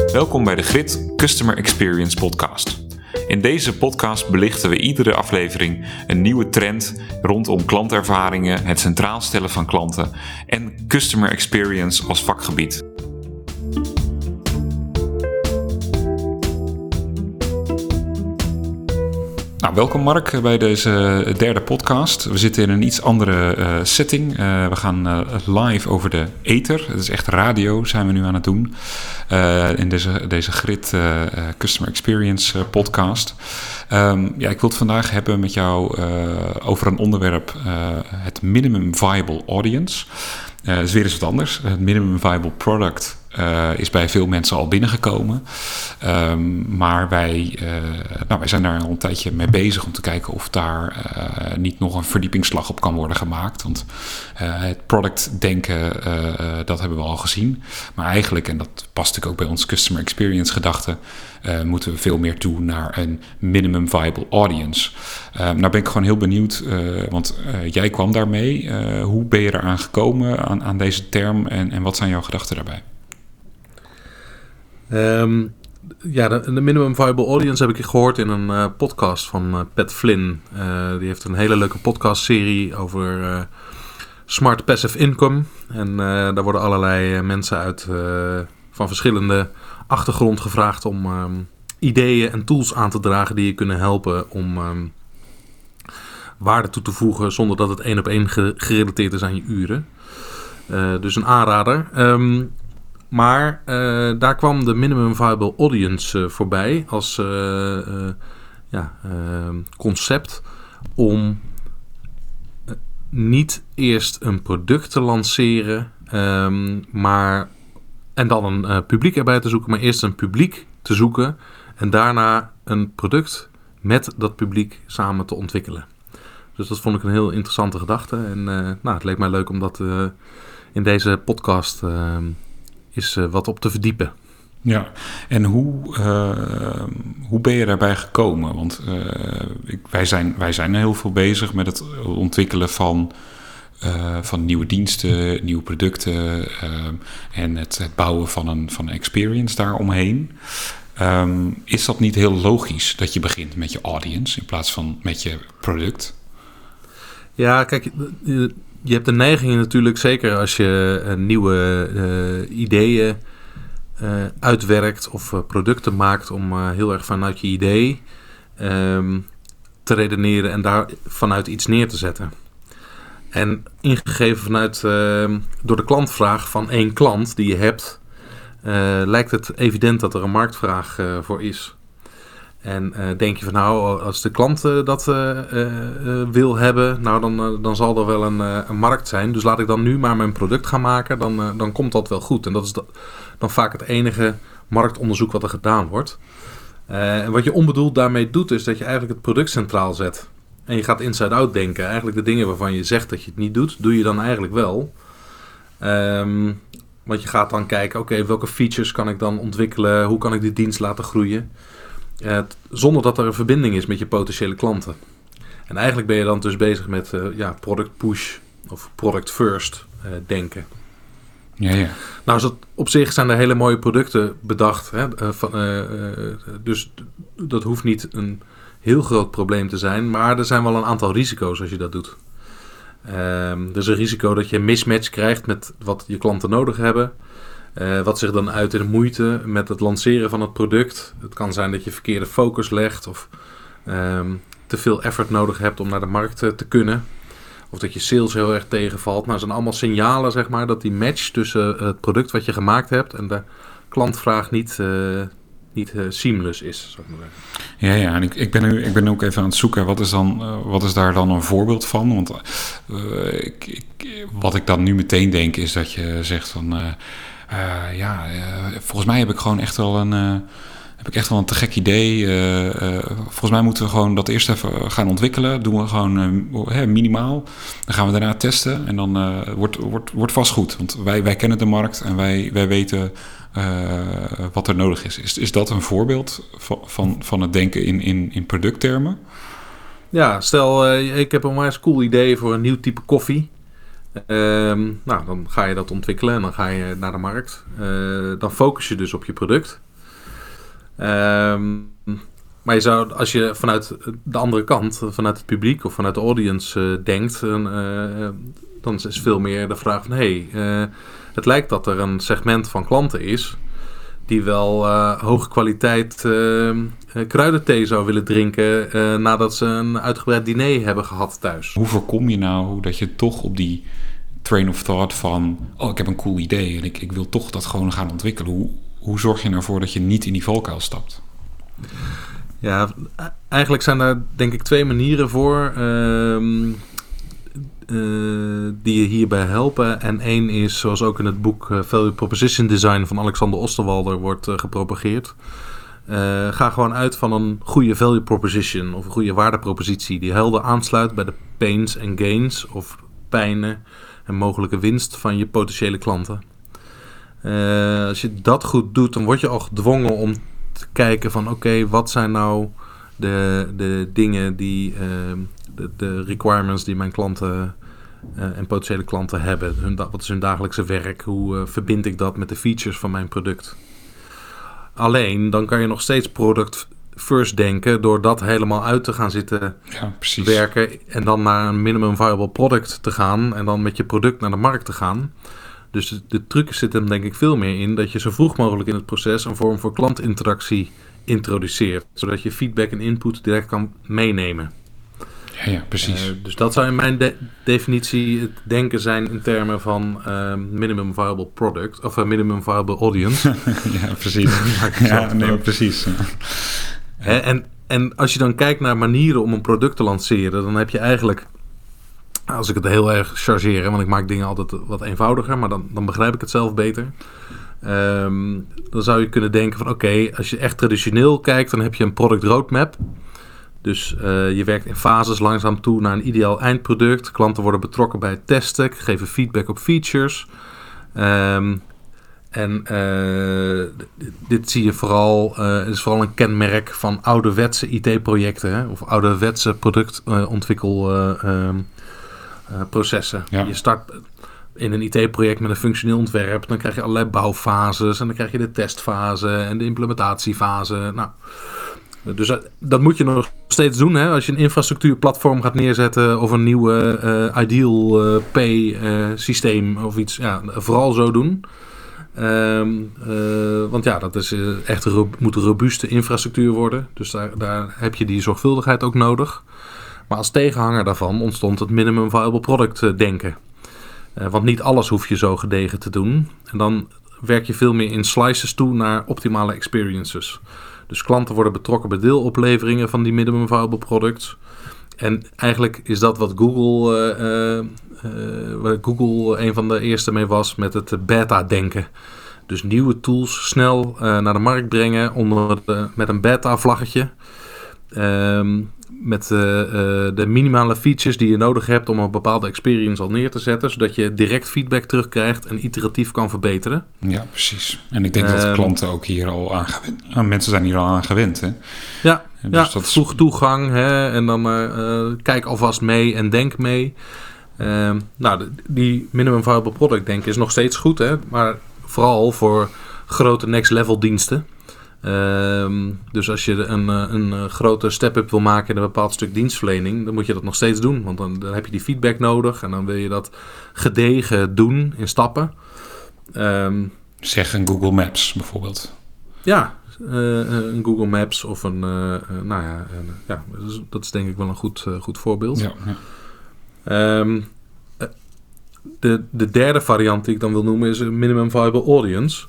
Welkom bij de Grit Customer Experience Podcast. In deze podcast belichten we iedere aflevering een nieuwe trend rondom klantervaringen, het centraal stellen van klanten en Customer Experience als vakgebied. Nou, welkom Mark bij deze derde podcast. We zitten in een iets andere setting. We gaan live over de ether. Het is echt radio, zijn we nu aan het doen. In deze Grit Customer Experience podcast. Ik wil het vandaag hebben met jou over een onderwerp, het Minimum Viable Audience. Dat is weer eens wat anders. Het Minimum Viable Product is bij veel mensen al binnengekomen. Maar wij zijn daar al een tijdje mee bezig om te kijken of daar niet nog een verdiepingsslag op kan worden gemaakt. Want het productdenken, dat hebben we al gezien. Maar eigenlijk, en dat past natuurlijk ook bij ons Customer Experience gedachte, moeten we veel meer toe naar een Minimum Viable Audience. Nou ben ik gewoon heel benieuwd, want jij kwam daarmee. Hoe ben je eraan gekomen aan deze term en wat zijn jouw gedachten daarbij? De Minimum Viable Audience heb ik gehoord in een podcast van Pat Flynn. Die heeft een hele leuke podcastserie over smart passive income. En daar worden allerlei mensen uit van verschillende achtergrond gevraagd om ideeën en tools aan te dragen die je kunnen helpen om waarde toe te voegen zonder dat het 1-op-1 gerelateerd is aan je uren. Dus een aanrader. Maar daar kwam de Minimum Viable Audience voorbij als concept om niet eerst een product te lanceren, en dan een publiek erbij te zoeken, maar eerst een publiek te zoeken en daarna een product met dat publiek samen te ontwikkelen. Dus dat vond ik een heel interessante gedachte en het leek mij leuk om dat in deze podcast is wat op te verdiepen. Ja, en hoe ben je daarbij gekomen? Want wij zijn heel veel bezig met het ontwikkelen van nieuwe diensten, nieuwe producten en het bouwen van een experience daaromheen. Is dat niet heel logisch dat je begint met je audience in plaats van met je product? Ja, kijk, je hebt de neiging natuurlijk, zeker als je nieuwe ideeën uitwerkt of producten maakt, om heel erg vanuit je idee te redeneren en daar vanuit iets neer te zetten. En ingegeven door de klantvraag van één klant die je hebt, lijkt het evident dat er een marktvraag voor is. En denk je van als de klant dat wil hebben, dan zal er wel een markt zijn. Dus laat ik dan nu maar mijn product gaan maken, dan komt dat wel goed. En dat is dan vaak het enige marktonderzoek wat er gedaan wordt. En wat je onbedoeld daarmee doet, is dat je eigenlijk het product centraal zet. En je gaat inside-out denken. Eigenlijk de dingen waarvan je zegt dat je het niet doet, doe je dan eigenlijk wel. Want je gaat dan kijken, oké, welke features kan ik dan ontwikkelen? Hoe kan ik die dienst laten groeien? Zonder dat er een verbinding is met je potentiële klanten. En eigenlijk ben je dan dus bezig met product push of product first denken. Ja. Nou, op zich zijn er hele mooie producten bedacht. Dus dat hoeft niet een heel groot probleem te zijn. Maar er zijn wel een aantal risico's als je dat doet. Er is een risico dat je een mismatch krijgt met wat je klanten nodig hebben. Wat zich dan uit in de moeite met het lanceren van het product. Het kan zijn dat je verkeerde focus legt of te veel effort nodig hebt om naar de markt te kunnen. Of dat je sales heel erg tegenvalt. Nou, dat zijn allemaal signalen, zeg maar, dat die match tussen het product wat je gemaakt hebt en de klantvraag niet seamless is, zou ik maar zeggen. Ja, en ik ben ook even aan het zoeken. Wat is daar dan een voorbeeld van? Want wat ik dan nu meteen denk is dat je zegt van volgens mij heb ik gewoon echt wel een te gek idee. Volgens mij moeten we gewoon dat eerst even gaan ontwikkelen. Doen we gewoon minimaal. Dan gaan we daarna testen. En dan wordt vast goed. Want wij kennen de markt en wij weten wat er nodig is. Is dat een voorbeeld van het denken in producttermen? Ja, stel ik heb een onwijs cool idee voor een nieuw type koffie. Dan ga je dat ontwikkelen en dan ga je naar de markt. Dan focus je dus op je product. Maar je zou, als je vanuit de andere kant, vanuit het publiek of vanuit de audience denkt, dan is veel meer de vraag van het lijkt dat er een segment van klanten is die wel hoge kwaliteit kruidenthee zou willen drinken nadat ze een uitgebreid diner hebben gehad thuis. Hoe voorkom je nou dat je toch op die train of thought van, ik heb een cool idee en ik wil toch dat gewoon gaan ontwikkelen. Hoe zorg je ervoor dat je niet in die valkuil stapt? Ja, eigenlijk zijn daar denk ik 2 manieren voor die je hierbij helpen. En 1 is, zoals ook in het boek Value Proposition Design van Alexander Osterwalder wordt gepropageerd. Ga gewoon uit van een goede value proposition of een goede waardepropositie die helder aansluit bij de pains en gains of pijnen en mogelijke winst van je potentiële klanten. Als je dat goed doet, dan word je al gedwongen om te kijken van wat zijn nou de dingen die de requirements die mijn klanten en potentiële klanten hebben. Wat is hun dagelijkse werk? Hoe verbind ik dat met de features van mijn product? Alleen, dan kan je nog steeds product first denken door dat helemaal uit te gaan zitten werken en dan naar een minimum viable product te gaan en dan met je product naar de markt te gaan. Dus de truc zit hem denk ik veel meer in dat je zo vroeg mogelijk in het proces een vorm voor klantinteractie introduceert, zodat je feedback en input direct kan meenemen. Ja, precies. Dus dat zou in mijn definitie het denken zijn in termen van minimum viable product of minimum viable audience. Ja, precies. Precies. En als je dan kijkt naar manieren om een product te lanceren, dan heb je eigenlijk, als ik het heel erg chargeer, want ik maak dingen altijd wat eenvoudiger, maar dan begrijp ik het zelf beter. Dan zou je kunnen denken van als je echt traditioneel kijkt, dan heb je een product roadmap. Dus je werkt in fases langzaam toe naar een ideaal eindproduct. Klanten worden betrokken bij het testen, geven feedback op features. Dit zie je vooral, het is vooral een kenmerk van ouderwetse IT-projecten, of ouderwetse productontwikkelprocessen. Je start in een IT-project met een functioneel ontwerp, dan krijg je allerlei bouwfases en dan krijg je de testfase en de implementatiefase. Nou, dus dat moet je nog steeds doen. Hè? Als je een infrastructuurplatform gaat neerzetten of een nieuwe Ideal Pay systeem of iets. Ja, vooral zo doen. Want dat is echt moet een robuuste infrastructuur worden. Dus daar heb je die zorgvuldigheid ook nodig. Maar als tegenhanger daarvan ontstond het minimum viable product denken. Want niet alles hoef je zo gedegen te doen. En dan werk je veel meer in slices toe naar optimale experiences. Dus klanten worden betrokken bij deelopleveringen van die minimum viable products. En eigenlijk is dat wat Google een van de eerste mee was met het beta-denken. Dus nieuwe tools snel naar de markt brengen met een beta-vlaggetje. Met de minimale features die je nodig hebt om een bepaalde experience al neer te zetten. Zodat je direct feedback terugkrijgt en iteratief kan verbeteren. Ja, precies. En ik denk dat klanten ook hier al aan gewend zijn. Mensen zijn hier al aan gewend, hè? Ja, dus dat vroeg toegang. Hè, en dan kijk alvast mee en denk mee. Die minimum viable product denken is nog steeds goed. Hè, maar vooral voor grote next level diensten. Dus als je een grote step-up wil maken in een bepaald stuk dienstverlening, dan moet je dat nog steeds doen. Want dan heb je die feedback nodig en dan wil je dat gedegen doen in stappen. Zeg een Google Maps bijvoorbeeld. Ja, een Google Maps of dat is denk ik wel een goed voorbeeld. Ja. De derde variant die ik dan wil noemen is een minimum viable audience.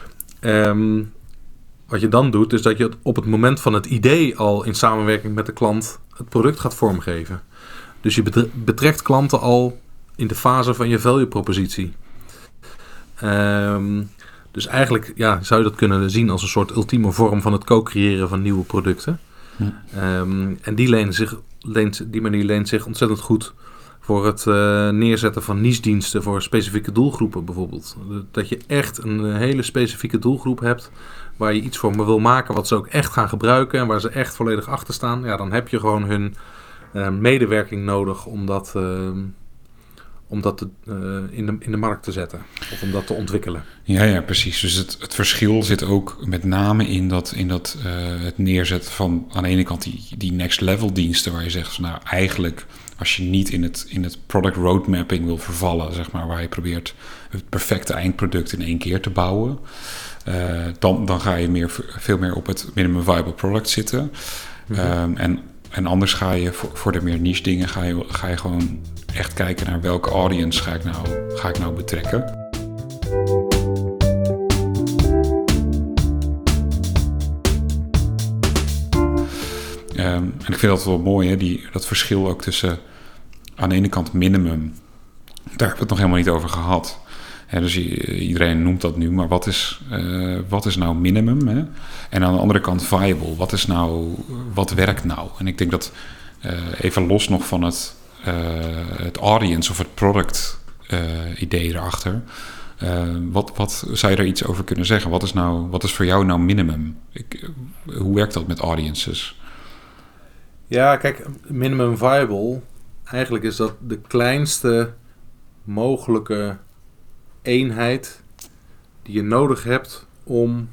Wat je dan doet, is dat je op het moment van het idee al in samenwerking met de klant het product gaat vormgeven. Dus je betrekt klanten al in de fase van je value propositie. Dus eigenlijk zou je dat kunnen zien als een soort ultieme vorm van het co-creëren van nieuwe producten. En die manier leent zich ontzettend goed voor het neerzetten van niche-diensten voor specifieke doelgroepen bijvoorbeeld. Dat je echt een hele specifieke doelgroep hebt waar je iets voor wil maken wat ze ook echt gaan gebruiken en waar ze echt volledig achter staan. Ja, dan heb je gewoon hun medewerking nodig om dat in de markt te zetten of om dat te ontwikkelen. Ja, precies. Dus het verschil zit ook met name in het neerzetten van aan de ene kant die next level diensten waar je zegt van nou eigenlijk als je niet in het product roadmapping wil vervallen, zeg maar, waar je probeert het perfecte eindproduct in één keer te bouwen, dan ga je veel meer op het minimum viable product zitten. Mm-hmm. En anders ga je voor de meer niche dingen ga je gewoon echt kijken naar welke audience ga ik nou betrekken. En ik vind dat wel mooi, hè? Dat verschil ook tussen aan de ene kant minimum. Daar hebben we het nog helemaal niet over gehad. Dus iedereen noemt dat nu, maar wat is nou minimum? Hè? En aan de andere kant viable. Wat werkt nou? En ik denk dat even los nog van het audience of het product idee erachter. Wat zou je er iets over kunnen zeggen? Wat is voor jou nou minimum? Hoe werkt dat met audiences? Ja, kijk, minimum viable, eigenlijk is dat de kleinste mogelijke eenheid die je nodig hebt om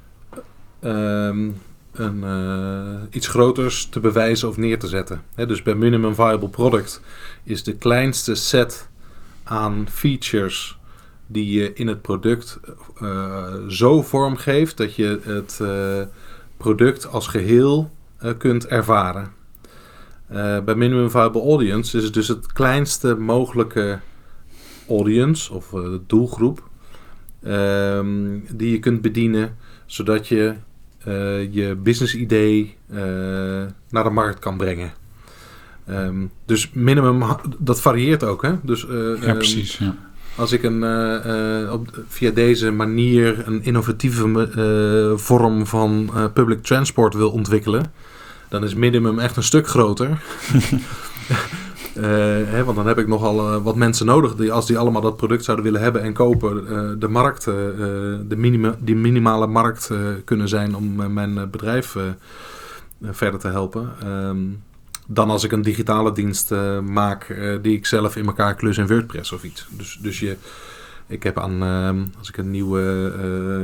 iets groters te bewijzen of neer te zetten. Dus bij minimum viable product is de kleinste set aan features die je in het product zo vormgeeft dat je het product als geheel kunt ervaren. Bij minimum viable audience is het dus het kleinste mogelijke audience of doelgroep die je kunt bedienen, zodat je je business idee naar de markt kan brengen. Dus minimum, dat varieert ook, hè? Dus, ja, precies. Ja. Als ik via deze manier een innovatieve vorm van public transport wil ontwikkelen, dan is minimum echt een stuk groter. Want dan heb ik nogal wat mensen nodig die, als die allemaal dat product zouden willen hebben en kopen, de markt, die minimale markt kunnen zijn om mijn bedrijf verder te helpen. Dan als ik een digitale dienst maak die ik zelf in elkaar klus in WordPress of iets. Dus ik heb als ik een nieuwe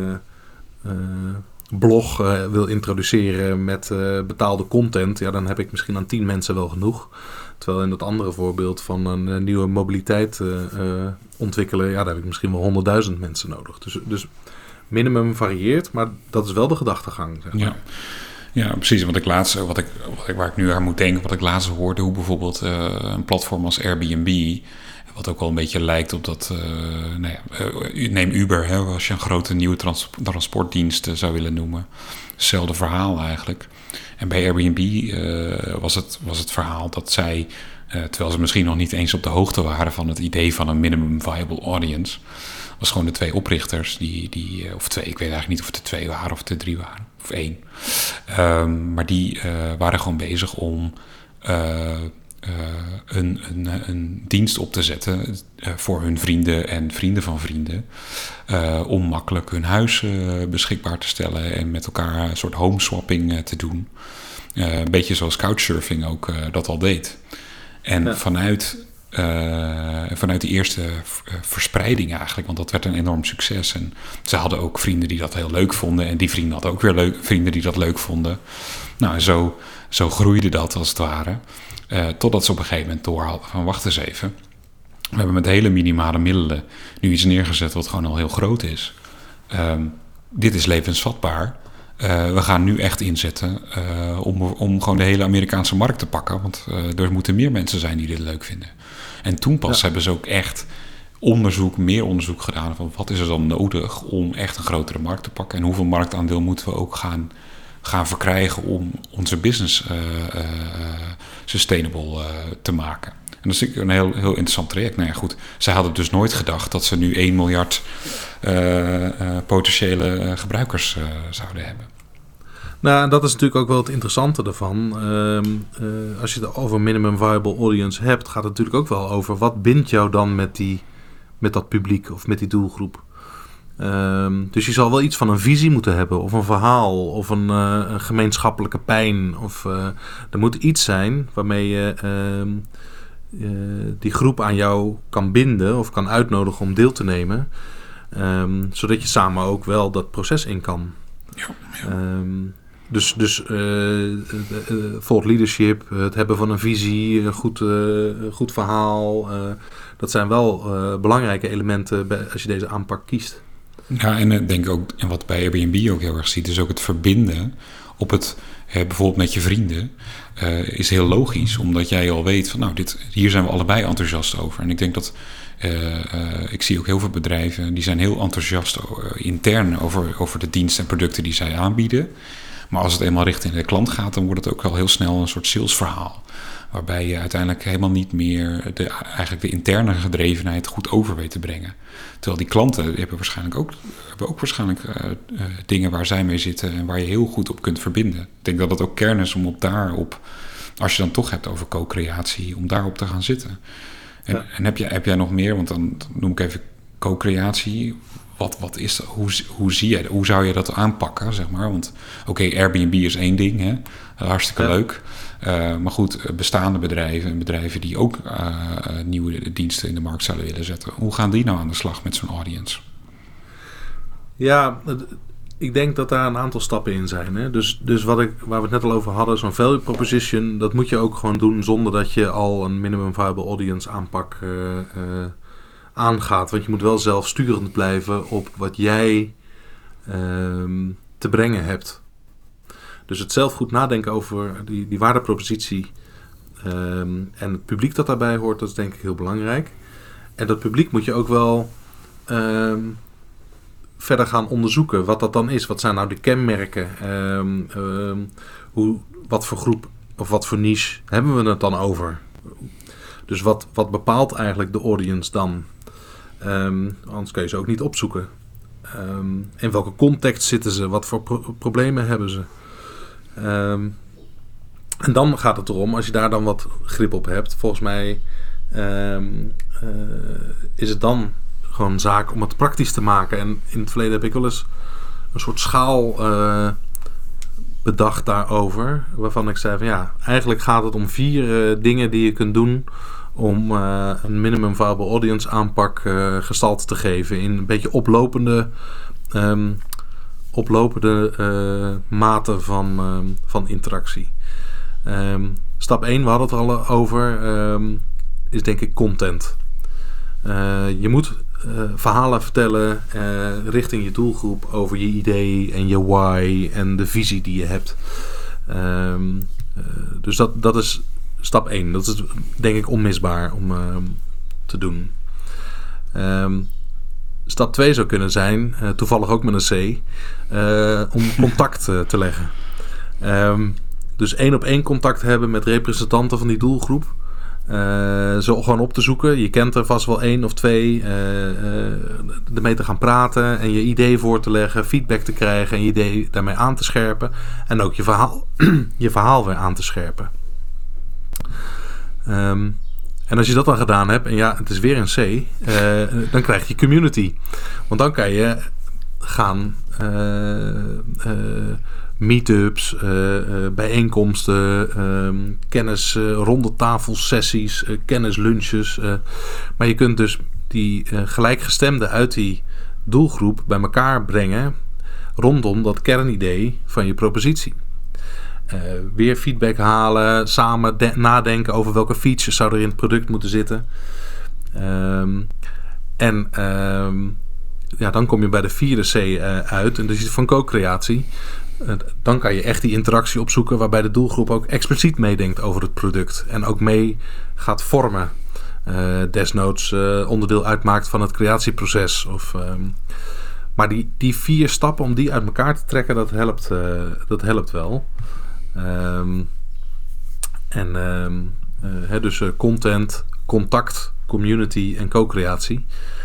blog wil introduceren met betaalde content, ja, dan heb ik misschien aan 10 mensen wel genoeg. Terwijl in dat andere voorbeeld van een nieuwe mobiliteit ontwikkelen, ja, daar heb ik misschien wel 100.000 mensen nodig. Dus minimum varieert, maar dat is wel de gedachtegang, zeg maar. Ja, precies. Want waar ik nu aan moet denken, wat ik laatst hoorde, hoe bijvoorbeeld een platform als Airbnb, wat ook wel een beetje lijkt op dat, neem Uber, hè, als je een grote nieuwe transportdienst zou willen noemen. Hetzelfde verhaal eigenlijk. En bij Airbnb was het verhaal dat zij, terwijl ze misschien nog niet eens op de hoogte waren van het idee van een minimum viable audience, was gewoon de 2 oprichters, of 2, ik weet eigenlijk niet of het er 2 waren of er 3 waren, of 1. Maar die waren gewoon bezig om een dienst op te zetten voor hun vrienden en vrienden van vrienden, om makkelijk hun huis beschikbaar te stellen en met elkaar een soort homeswapping te doen. Een beetje zoals Couchsurfing ook dat al deed. En vanuit die eerste verspreiding eigenlijk, want dat werd een enorm succes. En ze hadden ook vrienden die dat heel leuk vonden en die vrienden hadden ook weer vrienden die dat leuk vonden. Nou, en zo groeide dat als het ware. Totdat ze op een gegeven moment door hadden van wacht eens even. We hebben met hele minimale middelen nu iets neergezet wat gewoon al heel groot is. Dit is levensvatbaar. We gaan nu echt inzetten om gewoon de hele Amerikaanse markt te pakken. Want er moeten meer mensen zijn die dit leuk vinden. En toen pas hebben ze ook echt meer onderzoek gedaan van wat is er dan nodig om echt een grotere markt te pakken. En hoeveel marktaandeel moeten we ook gaan verkrijgen om onze business sustainable te maken. En dat is natuurlijk een heel, heel interessant traject. Nou ja, goed, zij hadden dus nooit gedacht dat ze nu 1 miljard potentiële gebruikers zouden hebben. Nou, dat is natuurlijk ook wel het interessante ervan. Als je het over minimum viable audience hebt, gaat het natuurlijk ook wel over wat bindt jou dan met dat publiek of met die doelgroep. Dus je zal wel iets van een visie moeten hebben, of een verhaal, of een gemeenschappelijke pijn. Of er moet iets zijn waarmee je die groep aan jou kan binden of kan uitnodigen om deel te nemen. Zodat je samen ook wel dat proces in kan. Ja. Dus thought leadership, het hebben van een visie, een goed verhaal. Dat zijn wel belangrijke elementen als je deze aanpak kiest. Ja, en denk ik ook, en wat bij Airbnb ook heel erg ziet, is ook het verbinden op het, bijvoorbeeld met je vrienden, is heel logisch. Omdat jij al weet van, hier zijn we allebei enthousiast over. En ik denk dat, ik zie ook heel veel bedrijven, die zijn heel enthousiast intern over de diensten en producten die zij aanbieden. Maar als het eenmaal richting de klant gaat, dan wordt het ook wel heel snel een soort salesverhaal. Waarbij je uiteindelijk helemaal niet meer eigenlijk de interne gedrevenheid goed over weet te brengen. Terwijl die klanten hebben ook waarschijnlijk dingen waar zij mee zitten en waar je heel goed op kunt verbinden. Ik denk dat het ook kern is om daarop, als je dan toch hebt over co-creatie, om daarop te gaan zitten. En heb jij nog meer, want dan noem ik even co-creatie. Wat is dat? Hoe zou je dat aanpakken, zeg maar? Want Airbnb is één ding, hè? Hartstikke leuk. Maar goed, bestaande bedrijven en bedrijven die ook nieuwe diensten in de markt zouden willen zetten. Hoe gaan die nou aan de slag met zo'n audience? Ja, ik denk dat daar een aantal stappen in zijn. Hè? Dus waar we het net al over hadden, zo'n value proposition, dat moet je ook gewoon doen zonder dat je al een minimum viable audience aanpak aangaat. Want je moet wel zelf sturend blijven op wat jij te brengen hebt. Dus het zelf goed nadenken over die waardepropositie en het publiek dat daarbij hoort, dat is denk ik heel belangrijk. En dat publiek moet je ook wel verder gaan onderzoeken wat dat dan is. Wat zijn nou de kenmerken? Wat voor groep of wat voor niche hebben we het dan over? Dus wat bepaalt eigenlijk de audience dan? Anders kun je ze ook niet opzoeken. In welke context zitten ze? Wat voor problemen hebben ze? En dan gaat het erom, als je daar dan wat grip op hebt, volgens mij is het dan gewoon zaak om het praktisch te maken. En in het verleden heb ik wel eens een soort schaal bedacht daarover, waarvan ik zei van eigenlijk gaat het om 4 dingen die je kunt doen om een minimum viable audience aanpak gestalte te geven in een beetje oplopende mate van interactie. Stap 1, we hadden het er al over, is denk ik content. Je moet verhalen vertellen richting je doelgroep over je idee en je why en de visie die je hebt. Dus dat is stap 1. Dat is denk ik onmisbaar om te doen. Stap 2 zou kunnen zijn, toevallig ook met een C, om contact te leggen. Dus 1-op-1 contact hebben met representanten van die doelgroep. Zo gewoon op te zoeken. Je kent er vast wel 1 of 2. Ermee te gaan praten en je idee voor te leggen, feedback te krijgen en je idee daarmee aan te scherpen. En ook je verhaal weer aan te scherpen. En als je dat dan gedaan hebt, en het is weer een C, dan krijg je community. Want dan kan je gaan meetups, bijeenkomsten, kennis, ronde tafelsessies, kennislunches. Maar je kunt dus die gelijkgestemden uit die doelgroep bij elkaar brengen rondom dat kernidee van je propositie. Weer feedback halen, samen nadenken over welke features zou er in het product moeten zitten. Dan kom je bij de 4e C uit. En dus van co-creatie. Dan kan je echt die interactie opzoeken waarbij de doelgroep ook expliciet meedenkt over het product. En ook mee gaat vormen. Desnoods onderdeel uitmaakt van het creatieproces. Maar die 4 stappen om die uit elkaar te trekken, dat helpt wel. Dus content, contact, community en co-creatie.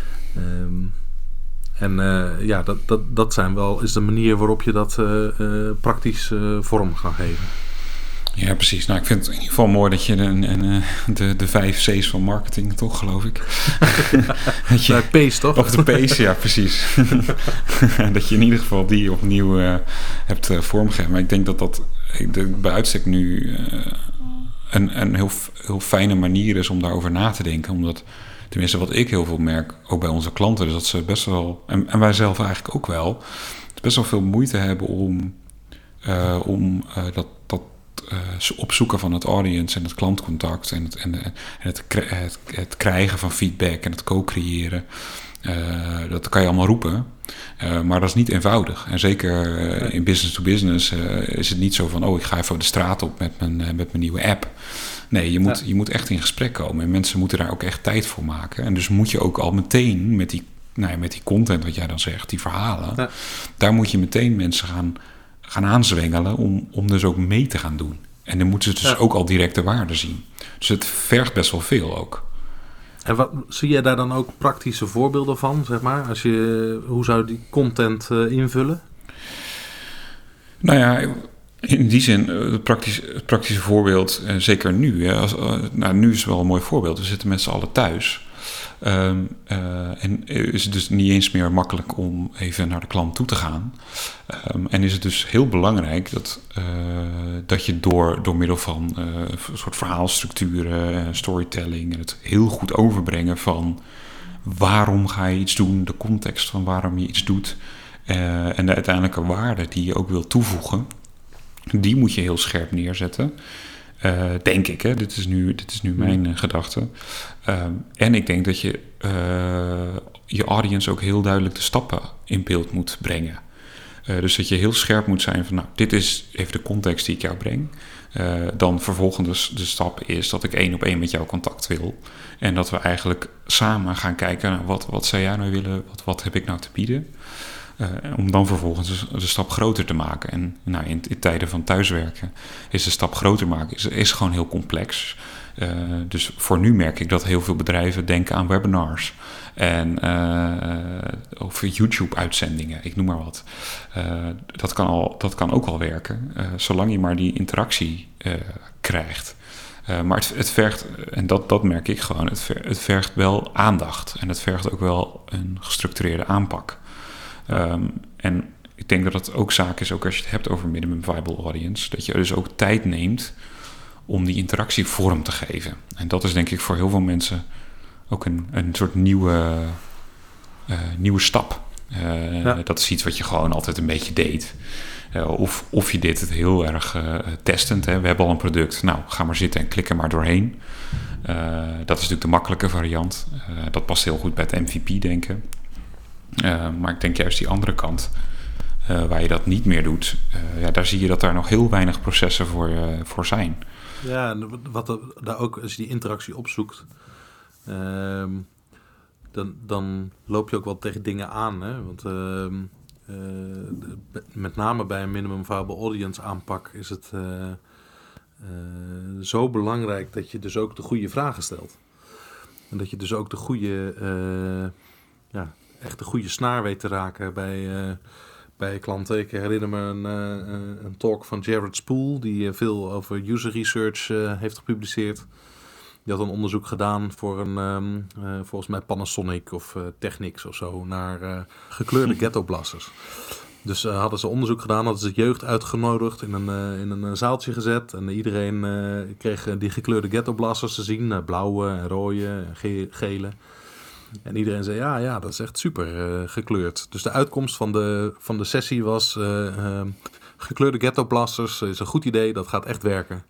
Dat zijn wel is de manier waarop je dat praktisch vorm gaat geven. Ja, precies. Nou, ik vind het in ieder geval mooi dat je de 5 C's van marketing, toch, geloof ik. De P's, toch? Of de P's, ja, precies. Dat je in ieder geval die opnieuw hebt vormgegeven. Maar ik denk dat bij uitstek nu een heel fijne manier is om daarover na te denken. Omdat, tenminste wat ik heel veel merk, ook bij onze klanten, is dat ze best wel, en wij zelf eigenlijk ook wel, best wel veel moeite hebben om dat opzoeken van het audience en het klantcontact en het krijgen van feedback en het co-creëren. Dat kan je allemaal roepen, maar dat is niet eenvoudig. En zeker in business to business is het niet zo van, ik ga even de straat op met mijn nieuwe app. Nee, je moet echt in gesprek komen en mensen moeten daar ook echt tijd voor maken. En dus moet je ook al meteen met die content wat jij dan zegt, die verhalen, daar moet je meteen mensen gaan aanzwengelen om dus ook mee te gaan doen. En dan moeten ze dus ook al directe waarde zien. Dus het vergt best wel veel ook. En zie jij daar dan ook praktische voorbeelden van, zeg maar? Hoe zou je die content invullen? Nou ja, in die zin, het praktische voorbeeld, zeker nu. Nu is het wel een mooi voorbeeld. We zitten met z'n allen thuis. En is het dus niet eens meer makkelijk om even naar de klant toe te gaan. En is het dus heel belangrijk dat je door middel van een soort verhaalstructuren, storytelling en het heel goed overbrengen van waarom ga je iets doen, de context van waarom je iets doet en de uiteindelijke waarde die je ook wil toevoegen, die moet je heel scherp neerzetten. Denk ik, hè? Dit is nu mijn gedachte. En ik denk dat je je audience ook heel duidelijk de stappen in beeld moet brengen. Dus dat je heel scherp moet zijn van, dit is even de context die ik jou breng. Dan vervolgens de stap is dat ik 1-op-1 met jou contact wil. En dat we eigenlijk samen gaan kijken naar wat zou jij nou willen, wat heb ik nou te bieden. Om dan vervolgens de stap groter te maken. En in tijden van thuiswerken is de stap groter maken is gewoon heel complex. Dus voor nu merk ik dat heel veel bedrijven denken aan webinars en over YouTube-uitzendingen, ik noem maar wat. Dat kan ook al werken, zolang je maar die interactie krijgt. Maar het vergt, en dat merk ik gewoon, het vergt wel aandacht en het vergt ook wel een gestructureerde aanpak. En ik denk dat het ook zaak is, ook als je het hebt over minimum viable audience, dat je dus ook tijd neemt om die interactie vorm te geven. En dat is denk ik voor heel veel mensen ook een soort nieuwe stap. Dat is iets wat je gewoon altijd een beetje deed. Of je deed het heel erg testend. Hè. We hebben al een product, ga maar zitten en klik er maar doorheen. Dat is natuurlijk de makkelijke variant. Dat past heel goed bij het MVP-denken. Maar ik denk juist die andere kant, waar je dat niet meer doet, daar zie je dat daar nog heel weinig processen voor zijn. Ja, en daar ook, als je die interactie opzoekt, dan loop je ook wel tegen dingen aan. Hè? Want met name bij een minimum viable audience aanpak is het zo belangrijk dat je dus ook de goede vragen stelt. En dat je dus ook de goede, echt de goede snaar weet te raken bij klanten. Ik herinner me een talk van Jared Spool, die veel over user research heeft gepubliceerd. Die had een onderzoek gedaan voor volgens mij Panasonic of Technics of zo, naar gekleurde ghettoblasters. Dus hadden ze onderzoek gedaan, hadden ze jeugd uitgenodigd, in een zaaltje gezet. En iedereen kreeg die gekleurde ghettoblasters te zien, blauwe en rode en gele. En iedereen zei, ja, dat is echt super gekleurd. Dus de uitkomst van de sessie was, gekleurde ghettoblasters is een goed idee, dat gaat echt werken.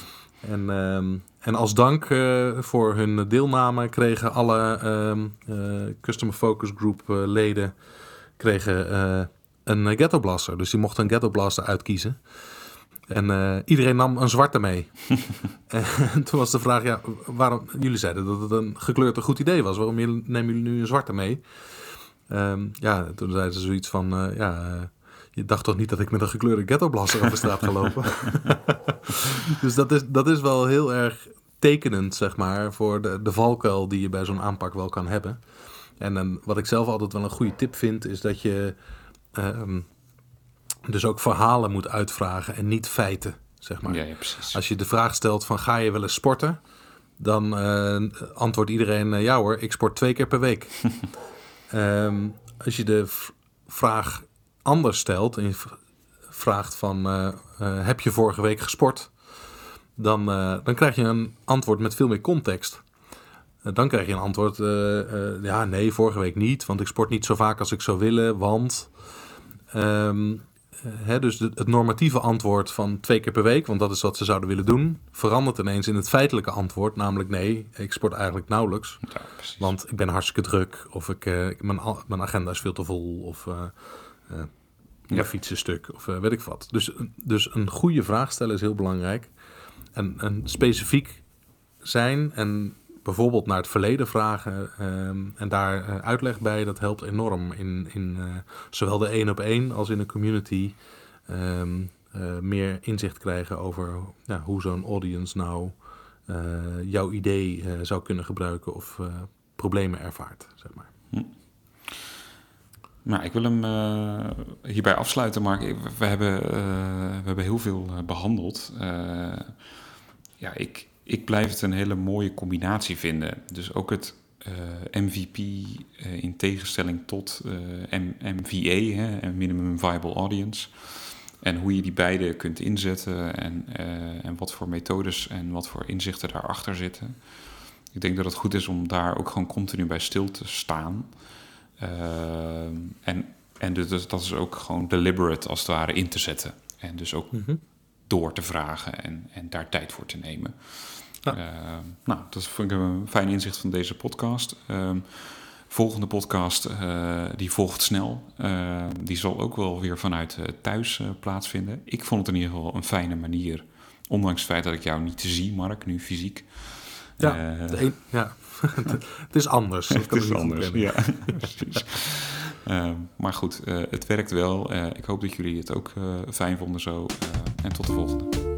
En als dank voor hun deelname kregen alle Customer Focus Group leden een ghetto blaster. Dus die mochten een ghetto blaster uitkiezen. En iedereen nam een zwarte mee. En toen was de vraag, waarom? Jullie zeiden dat het een gekleurd een goed idee was. Waarom nemen jullie nu een zwarte mee? Toen zeiden ze zoiets van, je dacht toch niet dat ik met een gekleurde ghetto blaster op de straat ga lopen? Dus dat is wel heel erg tekenend, zeg maar, voor de valkuil die je bij zo'n aanpak wel kan hebben. En wat ik zelf altijd wel een goede tip vind, is dat je dus ook verhalen moet uitvragen en niet feiten, zeg maar. Ja, precies. Als je de vraag stelt van, ga je wel eens sporten? Dan antwoordt iedereen, ja hoor, ik sport 2 keer per week. Als je de vraag anders stelt en je vraagt van, heb je vorige week gesport? dan krijg je een antwoord met veel meer context. Dan krijg je een antwoord, nee, vorige week niet, want ik sport niet zo vaak als ik zou willen, want... dus het normatieve antwoord van 2 keer per week, want dat is wat ze zouden willen doen, verandert ineens in het feitelijke antwoord, namelijk nee, ik sport eigenlijk nauwelijks. Ja, want ik ben hartstikke druk, of mijn agenda is veel te vol, of mijn fiets is stuk, of weet ik wat. Dus een goede vraag stellen is heel belangrijk. En specifiek zijn en bijvoorbeeld naar het verleden vragen en daar uitleg bij, dat helpt enorm in zowel de 1-op-1 als in een community meer inzicht krijgen over hoe zo'n audience nou jouw idee zou kunnen gebruiken of problemen ervaart, zeg maar. Nou, ik wil hem hierbij afsluiten, Mark. We hebben heel veel behandeld. Ik blijf het een hele mooie combinatie vinden. Dus ook het MVP in tegenstelling tot MVA, Minimum Viable Audience. En hoe je die beide kunt inzetten en wat voor methodes en wat voor inzichten daarachter zitten. Ik denk dat het goed is om daar ook gewoon continu bij stil te staan. En dus dat is ook gewoon deliberate als het ware in te zetten. En dus ook door te vragen en daar tijd voor te nemen. Ja. Dat vond ik een fijn inzicht van deze podcast. Volgende podcast, die volgt snel. Die zal ook wel weer vanuit thuis plaatsvinden. Ik vond het in ieder geval een fijne manier. Ondanks het feit dat ik jou niet zie, Mark, nu fysiek. Het is anders. Het is anders, ja. Precies. Maar goed, het werkt wel. Ik hoop dat jullie het ook fijn vonden zo. En tot de volgende.